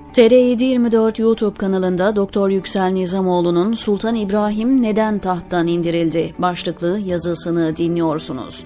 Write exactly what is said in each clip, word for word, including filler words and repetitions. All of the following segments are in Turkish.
T R yedi yirmi dört YouTube kanalında Doktor Yüksel Nizamoğlu'nun Sultan İbrahim neden tahttan indirildi başlıklı yazısını dinliyorsunuz.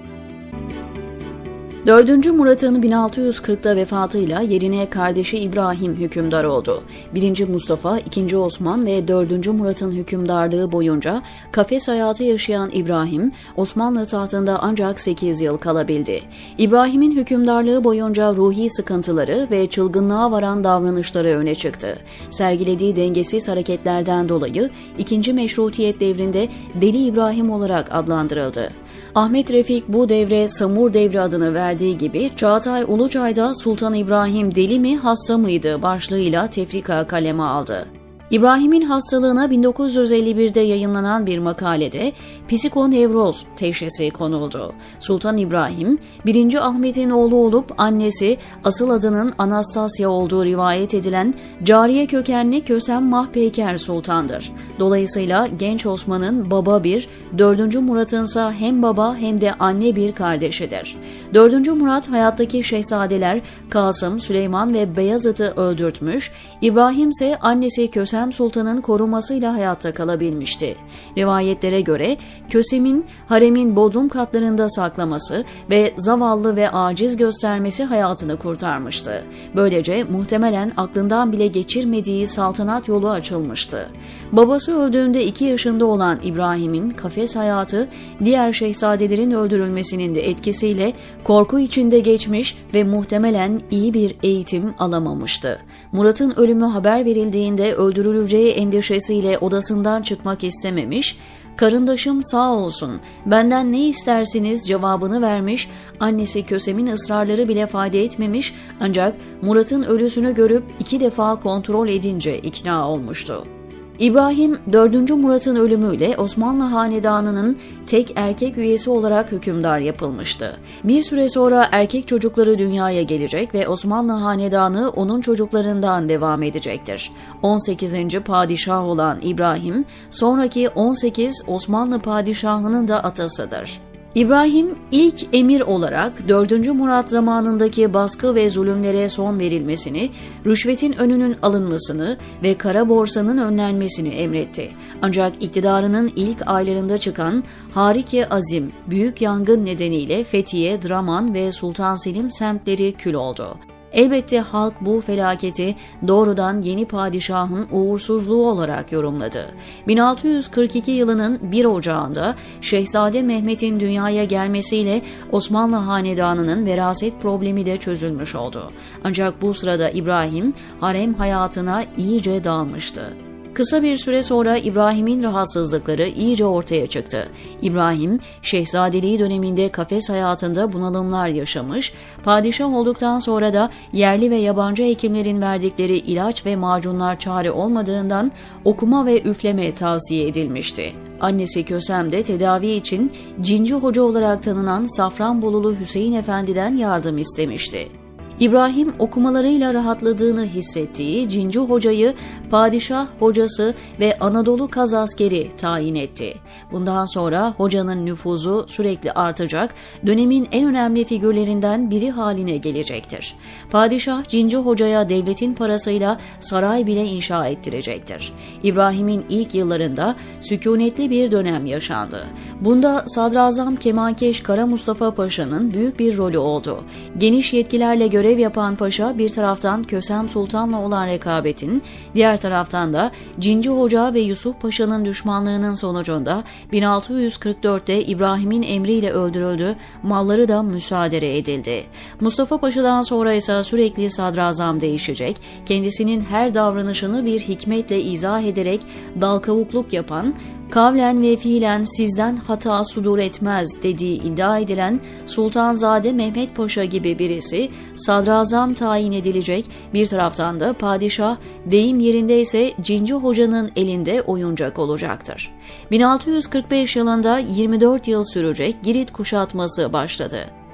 dördüncü Murat'ın bin altı yüz kırkta vefatıyla yerine kardeşi İbrahim hükümdar oldu. birinci Mustafa, ikinci Osman ve dördüncü Murat'ın hükümdarlığı boyunca kafes hayatı yaşayan İbrahim, Osmanlı tahtında ancak sekiz yıl kalabildi. İbrahim'in hükümdarlığı boyunca ruhi sıkıntıları ve çılgınlığa varan davranışları öne çıktı. Sergilediği dengesiz hareketlerden dolayı ikinci Meşrutiyet devrinde Deli İbrahim olarak adlandırıldı. Ahmet Refik bu devre Samur devri adını verdiği gibi Çağatay Uluçay'da Sultan İbrahim deli mi hasta mıydı başlığıyla tefrika kaleme aldı. İbrahim'in hastalığına bin dokuz yüz elli birde yayınlanan bir makalede psikonevroz teşhisi konuldu. Sultan İbrahim, birinci Ahmet'in oğlu olup annesi asıl adının Anastasya olduğu rivayet edilen cariye kökenli Kösem Mahpeyker Sultan'dır. Dolayısıyla genç Osman'ın baba bir, dördüncü Murat'ınsa hem baba hem de anne bir kardeşidir. dördüncü Murat hayattaki şehzadeler Kasım, Süleyman ve Beyazıt'ı öldürtmüş, İbrahim ise annesi Kösem Sultan'ın korumasıyla hayatta kalabilmişti. Rivayetlere göre Kösem'in haremin bodrum katlarında saklaması ve zavallı ve aciz göstermesi hayatını kurtarmıştı. Böylece muhtemelen aklından bile geçirmediği saltanat yolu açılmıştı. Babası öldüğünde iki yaşında olan İbrahim'in kafes hayatı diğer şehzadelerin öldürülmesinin de etkisiyle korku içinde geçmiş ve muhtemelen iyi bir eğitim alamamıştı. Murat'ın ölümü haber verildiğinde öldürüleceği endişesiyle odasından çıkmak istememiş, "Karındaşım sağ olsun, benden ne istersiniz?" cevabını vermiş, annesi Kösem'in ısrarları bile fayda etmemiş ancak Murat'ın ölüsünü görüp iki defa kontrol edince ikna olmuştu. İbrahim, dördüncü Murat'ın ölümüyle Osmanlı Hanedanı'nın tek erkek üyesi olarak hükümdar yapılmıştı. Bir süre sonra erkek çocukları dünyaya gelecek ve Osmanlı Hanedanı onun çocuklarından devam edecektir. on sekizinci padişah olan İbrahim, sonraki on sekiz Osmanlı padişahının da atasıdır. İbrahim ilk emir olarak dördüncü Murat zamanındaki baskı ve zulümlere son verilmesini, rüşvetin önünün alınmasını ve kara borsanın önlenmesini emretti. Ancak iktidarının ilk aylarında çıkan Harik-i Azim, büyük yangın nedeniyle Fethiye, Draman ve Sultan Selim semtleri kül oldu. Elbette halk bu felaketi doğrudan yeni padişahın uğursuzluğu olarak yorumladı. bin altı yüz kırk iki yılının bir Ocağı'nda Şehzade Mehmet'in dünyaya gelmesiyle Osmanlı Hanedanı'nın veraset problemi de çözülmüş oldu. Ancak bu sırada İbrahim harem hayatına iyice dalmıştı. Kısa bir süre sonra İbrahim'in rahatsızlıkları iyice ortaya çıktı. İbrahim, şehzadeliği döneminde kafes hayatında bunalımlar yaşamış, padişah olduktan sonra da yerli ve yabancı hekimlerin verdikleri ilaç ve macunlar çare olmadığından okuma ve üfleme tavsiye edilmişti. Annesi Kösem de tedavi için Cinci Hoca olarak tanınan Safranbolulu Hüseyin Efendi'den yardım istemişti. İbrahim okumalarıyla rahatladığını hissettiği Cinci Hoca'yı padişah hocası ve Anadolu Kazaskeri tayin etti. Bundan sonra hocanın nüfuzu sürekli artacak, dönemin en önemli figürlerinden biri haline gelecektir. Padişah Cinci Hoca'ya devletin parasıyla saray bile inşa ettirecektir. İbrahim'in ilk yıllarında sükunetli bir dönem yaşandı. Bunda Sadrazam Kemankeş Kara Mustafa Paşa'nın büyük bir rolü oldu. Geniş yetkilerle göre Görev yapan paşa bir taraftan Kösem Sultan'la olan rekabetin, diğer taraftan da Cinci Hoca ve Yusuf Paşa'nın düşmanlığının sonucunda bin altı yüz kırk dörtte İbrahim'in emriyle öldürüldü, malları da müsaade edildi. Mustafa Paşa'dan sonra ise sürekli sadrazam değişecek, kendisinin her davranışını bir hikmetle izah ederek dal kavukluk yapan, kavlen ve fiilen sizden hata sudur etmez dediği iddia edilen Sultanzade Mehmet Paşa gibi birisi sadrazam tayin edilecek, bir taraftan da padişah deyim yerindeyse Cinci Hoca'nın elinde oyuncak olacaktır. bin altı yüz kırk beş yılında yirmi dört yıl sürecek Girit kuşatması başladı.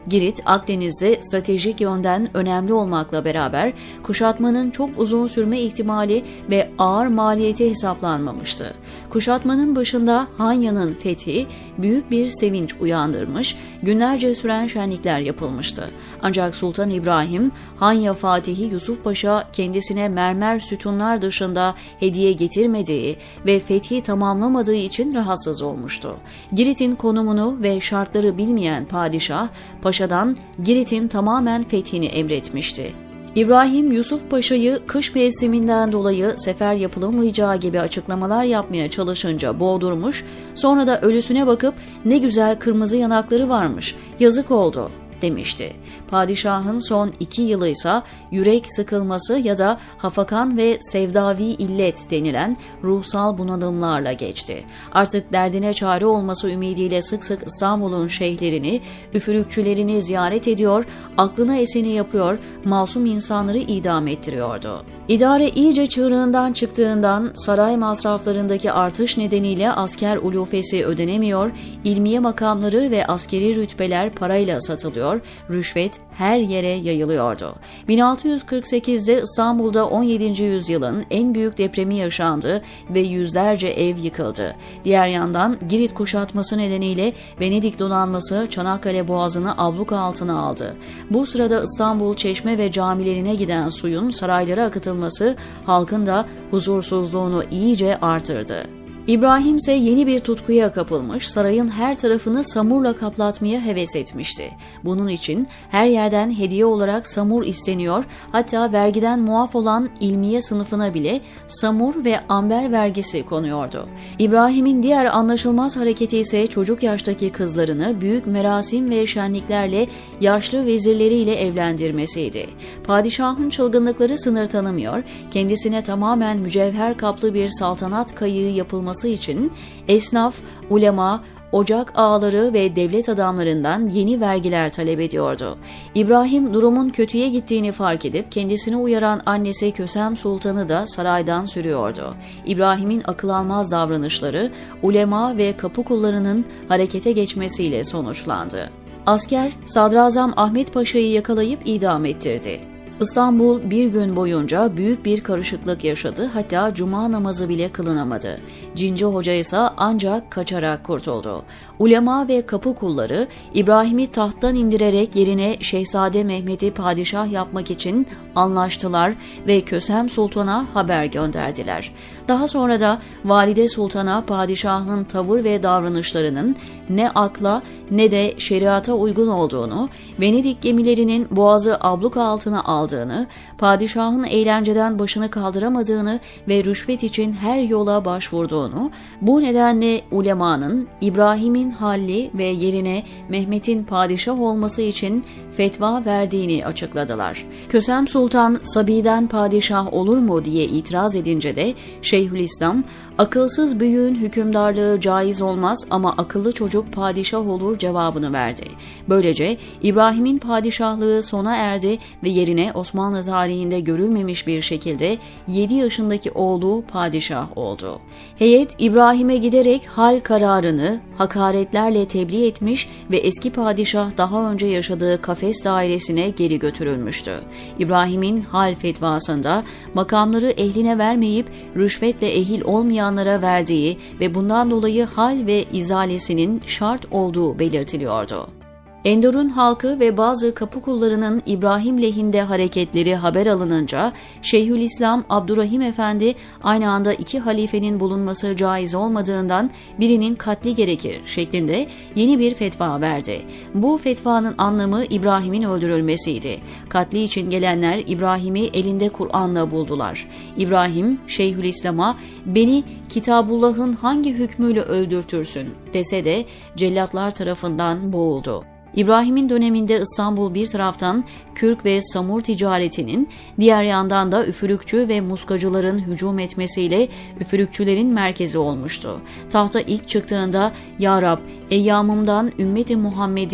Girit, Akdeniz'de stratejik yönden önemli olmakla beraber kuşatmanın çok uzun sürme ihtimali ve ağır maliyeti hesaplanmamıştı. Kuşatmanın başında Hanya'nın fethi büyük bir sevinç uyandırmış, günlerce süren şenlikler yapılmıştı. Ancak Sultan İbrahim, Hanya Fatihi Yusuf Paşa kendisine mermer sütunlar dışında hediye getirmediği ve fethi tamamlamadığı için rahatsız olmuştu. Girit'in konumunu ve şartları bilmeyen padişah, Paşa'dan Girit'in tamamen fethini emretmişti. İbrahim, Yusuf Paşa'yı kış mevsiminden dolayı sefer yapılamayacağı gibi açıklamalar yapmaya çalışınca boğdurmuş, sonra da ölüsüne bakıp "Ne güzel kırmızı yanakları varmış, yazık oldu." demişti. Padişahın son iki yılıysa yürek sıkılması ya da hafakan ve sevdavi illet denilen ruhsal bunalımlarla geçti. Artık derdine çare olması ümidiyle sık sık İstanbul'un şeyhlerini, üfürükçülerini ziyaret ediyor, aklına eseni yapıyor, masum insanları idam ettiriyordu. İdare iyice çığırından çıktığından saray masraflarındaki artış nedeniyle asker ulufesi ödenemiyor, ilmiye makamları ve askeri rütbeler parayla satılıyor, rüşvet her yere yayılıyordu. bin altı yüz kırk sekizde İstanbul'da on yedinci yüzyılın en büyük depremi yaşandı ve yüzlerce ev yıkıldı. Diğer yandan Girit kuşatması nedeniyle Venedik donanması Çanakkale Boğazı'nı abluka altına aldı. Bu sırada İstanbul çeşme ve camilerine giden suyun saraylara akıtılması halkın da huzursuzluğunu iyice artırdı. İbrahim ise yeni bir tutkuya kapılmış, sarayın her tarafını samurla kaplatmaya heves etmişti. Bunun için her yerden hediye olarak samur isteniyor, hatta vergiden muaf olan ilmiye sınıfına bile samur ve amber vergisi konuyordu. İbrahim'in diğer anlaşılmaz hareketi ise çocuk yaştaki kızlarını büyük merasim ve şenliklerle yaşlı vezirleriyle evlendirmesiydi. Padişahın çılgınlıkları sınır tanımıyor, kendisine tamamen mücevher kaplı bir saltanat kayığı yapılması için esnaf, ulema, ocak ağaları ve devlet adamlarından yeni vergiler talep ediyordu. İbrahim durumun kötüye gittiğini fark edip kendisini uyaran annesi Kösem Sultan'ı da saraydan sürüyordu. İbrahim'in akıl almaz davranışları ulema ve kapı kullarının harekete geçmesiyle sonuçlandı. Asker Sadrazam Ahmet Paşa'yı yakalayıp idam ettirdi. İstanbul bir gün boyunca büyük bir karışıklık yaşadı, hatta cuma namazı bile kılınamadı. Cinci Hoca ise ancak kaçarak kurtuldu. Ulema ve kapı kulları İbrahim'i tahttan indirerek yerine Şehzade Mehmet'i padişah yapmak için anlaştılar ve Kösem Sultan'a haber gönderdiler. Daha sonra da Valide Sultan'a padişahın tavır ve davranışlarının ne akla ne de şeriata uygun olduğunu, Venedik gemilerinin boğazı abluka altına aldığını, padişahın eğlenceden başını kaldıramadığını ve rüşvet için her yola başvurduğunu, bu nedenle ulemanın İbrahim'in halli ve yerine Mehmet'in padişah olması için fetva verdiğini açıkladılar. Kösem Sultan Sabi'den padişah olur mu diye itiraz edince de Şeyhülislam, akılsız büyüğün hükümdarlığı caiz olmaz ama akıllı çocuk padişah olur cevabını verdi. Böylece İbrahim'in padişahlığı sona erdi ve yerine Osmanlı tarihinde görülmemiş bir şekilde yedi yaşındaki oğlu padişah oldu. Heyet İbrahim'e giderek hal kararını hakaretlerle tebliğ etmiş ve eski padişah daha önce yaşadığı Kafes dairesine geri götürülmüştü. İbrahim'in hal fetvasında makamları ehline vermeyip rüşvetle ehil olmayanlara verdiği ve bundan dolayı hal ve izalesinin şart olduğu belirtiliyordu. Endor'un halkı ve bazı kapı kullarının İbrahim lehinde hareketleri haber alınınca Şeyhülislam Abdurrahim Efendi aynı anda iki halifenin bulunması caiz olmadığından birinin katli gerekir şeklinde yeni bir fetva verdi. Bu fetvanın anlamı İbrahim'in öldürülmesiydi. Katli için gelenler İbrahim'i elinde Kur'an'la buldular. İbrahim Şeyhülislam'a "Beni Kitabullah'ın hangi hükmüyle öldürtürsün?" dese de cellatlar tarafından boğuldu. İbrahim'in döneminde İstanbul bir taraftan kürk ve samur ticaretinin, diğer yandan da üfürükçü ve muskacıların hücum etmesiyle üfürükçülerin merkezi olmuştu. Tahta ilk çıktığında "Ya Rab, eyyamımdan ümmeti Muhammed'i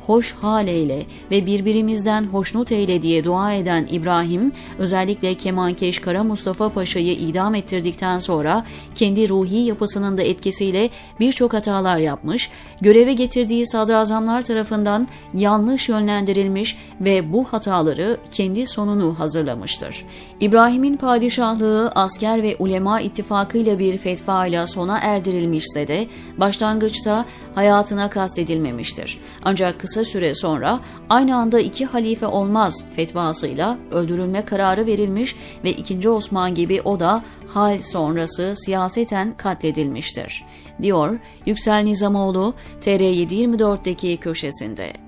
hoş hal eyle ve birbirimizden hoşnut eyle diye dua eden İbrahim, özellikle kemankeş Kara Mustafa Paşa'yı idam ettirdikten sonra kendi ruhi yapısının da etkisiyle birçok hatalar yapmış, göreve getirdiği sadrazamlar tarafından yanlış yönlendirilmiş ve bu hataları kendi sonunu hazırlamıştır. İbrahim'in padişahlığı asker ve ulema ittifakıyla bir fetva ile sona erdirilmişse de başlangıçta hayatına kastedilmemiştir. Ancak kısa süre sonra aynı anda iki halife olmaz fetvasıyla öldürülme kararı verilmiş ve ikinci. Osman gibi o da hal sonrası siyaseten katledilmiştir, diyor Yüksel Nizamoğlu T R yedi yirmi dört'teki köşesinde.